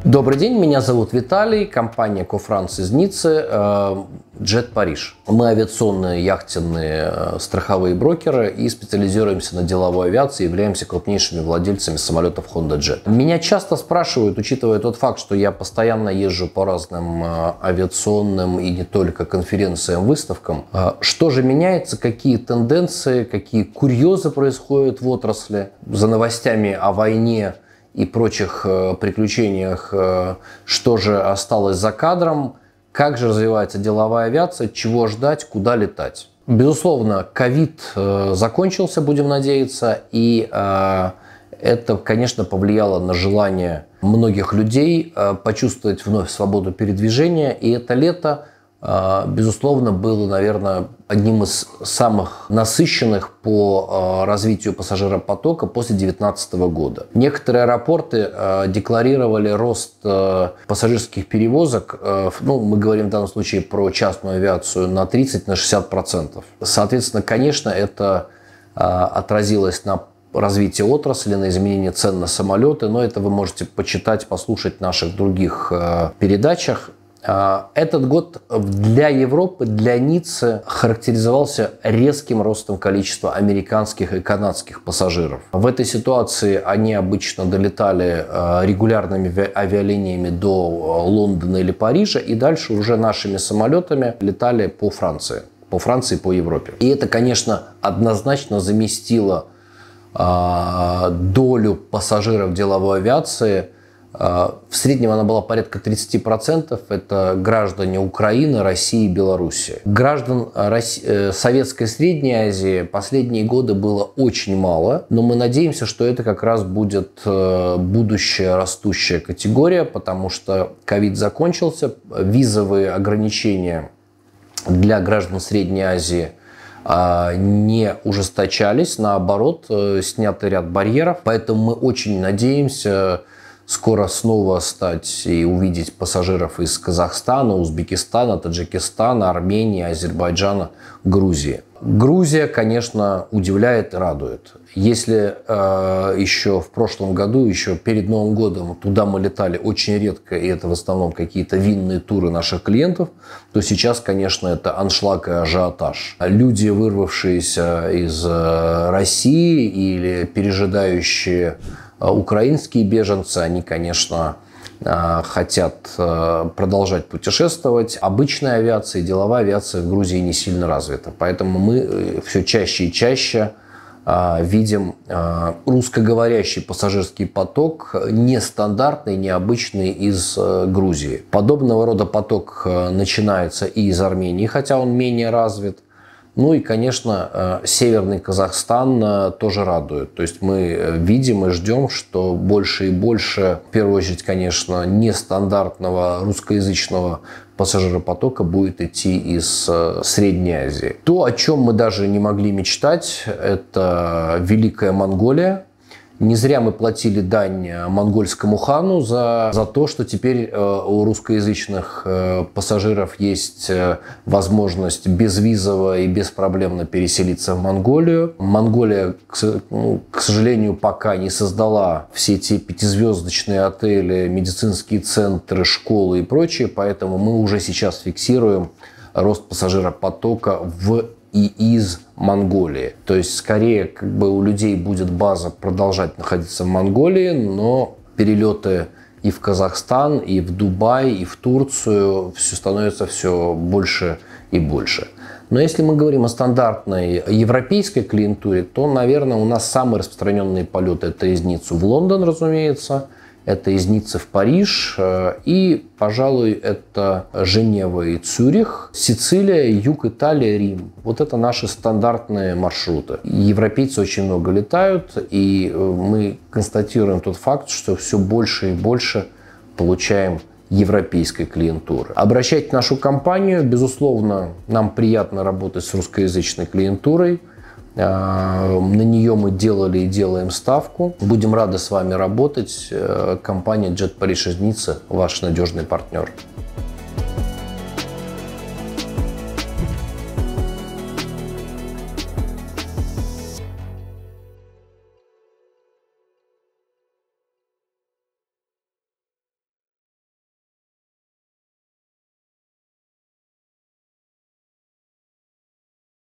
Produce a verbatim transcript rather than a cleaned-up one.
Добрый день, меня зовут Виталий, компания Кофранс из Ниццы, Jet Париж. Мы авиационные, яхтенные, страховые брокеры и специализируемся на деловой авиации, являемся крупнейшими владельцами самолетов Honda Jet. Меня часто спрашивают, учитывая тот факт, что я постоянно езжу по разным авиационным и не только конференциям, выставкам, что же меняется, какие тенденции, какие курьезы происходят в отрасли, за новостями о войне и прочих приключениях, что же осталось за кадром, как же развивается деловая авиация, чего ждать, куда летать. Безусловно, ковид закончился, будем надеяться, и это, конечно, повлияло на желание многих людей почувствовать вновь свободу передвижения, и это лето, безусловно, было, наверное, одним из самых насыщенных по развитию пассажиропотока после две тысячи девятнадцатого года. Некоторые аэропорты декларировали рост пассажирских перевозок, ну, мы говорим в данном случае про частную авиацию, на тридцать-шестьдесят процентов. Соответственно, конечно, это отразилось на развитие отрасли, на изменение цен на самолеты, но это вы можете почитать, послушать в наших других передачах. Этот год для Европы, для Ниццы характеризовался резким ростом количества американских и канадских пассажиров. В этой ситуации они обычно долетали регулярными авиалиниями до Лондона или Парижа и дальше уже нашими самолетами летали по Франции, по Франции, по Европе. И это, конечно, однозначно заместило долю пассажиров деловой авиации. В среднем она была порядка тридцати процентов. Это граждане Украины, России и Белоруссии. Граждан России, Советской Средней Азии последние годы было очень мало. Но мы надеемся, что это как раз будет будущая растущая категория, потому что ковид закончился. Визовые ограничения для граждан Средней Азии не ужесточались. Наоборот, снятый ряд барьеров. Поэтому мы очень надеемся скоро снова стать и увидеть пассажиров из Казахстана, Узбекистана, Таджикистана, Армении, Азербайджана, Грузии. Грузия, конечно, удивляет и радует. Если э, еще в прошлом году, еще перед Новым годом, туда мы летали очень редко, и это в основном какие-то винные туры наших клиентов, то сейчас, конечно, это аншлаг и ажиотаж. Люди, вырвавшиеся из России или пережидающие украинские беженцы, они, конечно, хотят продолжать путешествовать. Обычная авиация и деловая авиация в Грузии не сильно развита. Поэтому мы все чаще и чаще видим русскоговорящий пассажирский поток, нестандартный, необычный из Грузии. Подобного рода поток начинается и из Армении, хотя он менее развит. Ну и, конечно, Северный Казахстан тоже радует. То есть мы видим и ждем, что больше и больше, в первую очередь, конечно, нестандартного русскоязычного пассажиропотока будет идти из Средней Азии. То, о чем мы даже не могли мечтать, это Великая Монголия. Не зря мы платили дань монгольскому хану за, за то, что теперь э, у русскоязычных э, пассажиров есть э, возможность безвизово и беспроблемно переселиться в Монголию. Монголия, к, ну, к сожалению, пока не создала все те пятизвездочные отели, медицинские центры, школы и прочее, поэтому мы уже сейчас фиксируем рост пассажиропотока в и из Монголии. То есть, скорее, как бы у людей будет база продолжать находиться в Монголии, но перелеты и в Казахстан, и в Дубай, и в Турцию все становится все больше и больше. Но если мы говорим о стандартной европейской клиентуре, то, наверное, у нас самые распространенные полеты – это из Ниццы в Лондон, разумеется, это из Ниццы в Париж и, пожалуй, это Женева и Цюрих, Сицилия, юг Италии, Рим. Вот это наши стандартные маршруты. Европейцы очень много летают, и мы констатируем тот факт, что все больше и больше получаем европейской клиентуры. Обращайте нашу компанию. Безусловно, нам приятно работать с русскоязычной клиентурой. На нее мы делали и делаем ставку. Будем рады с вами работать. Компания Jet Париж из Ниццы – ваш надежный партнер.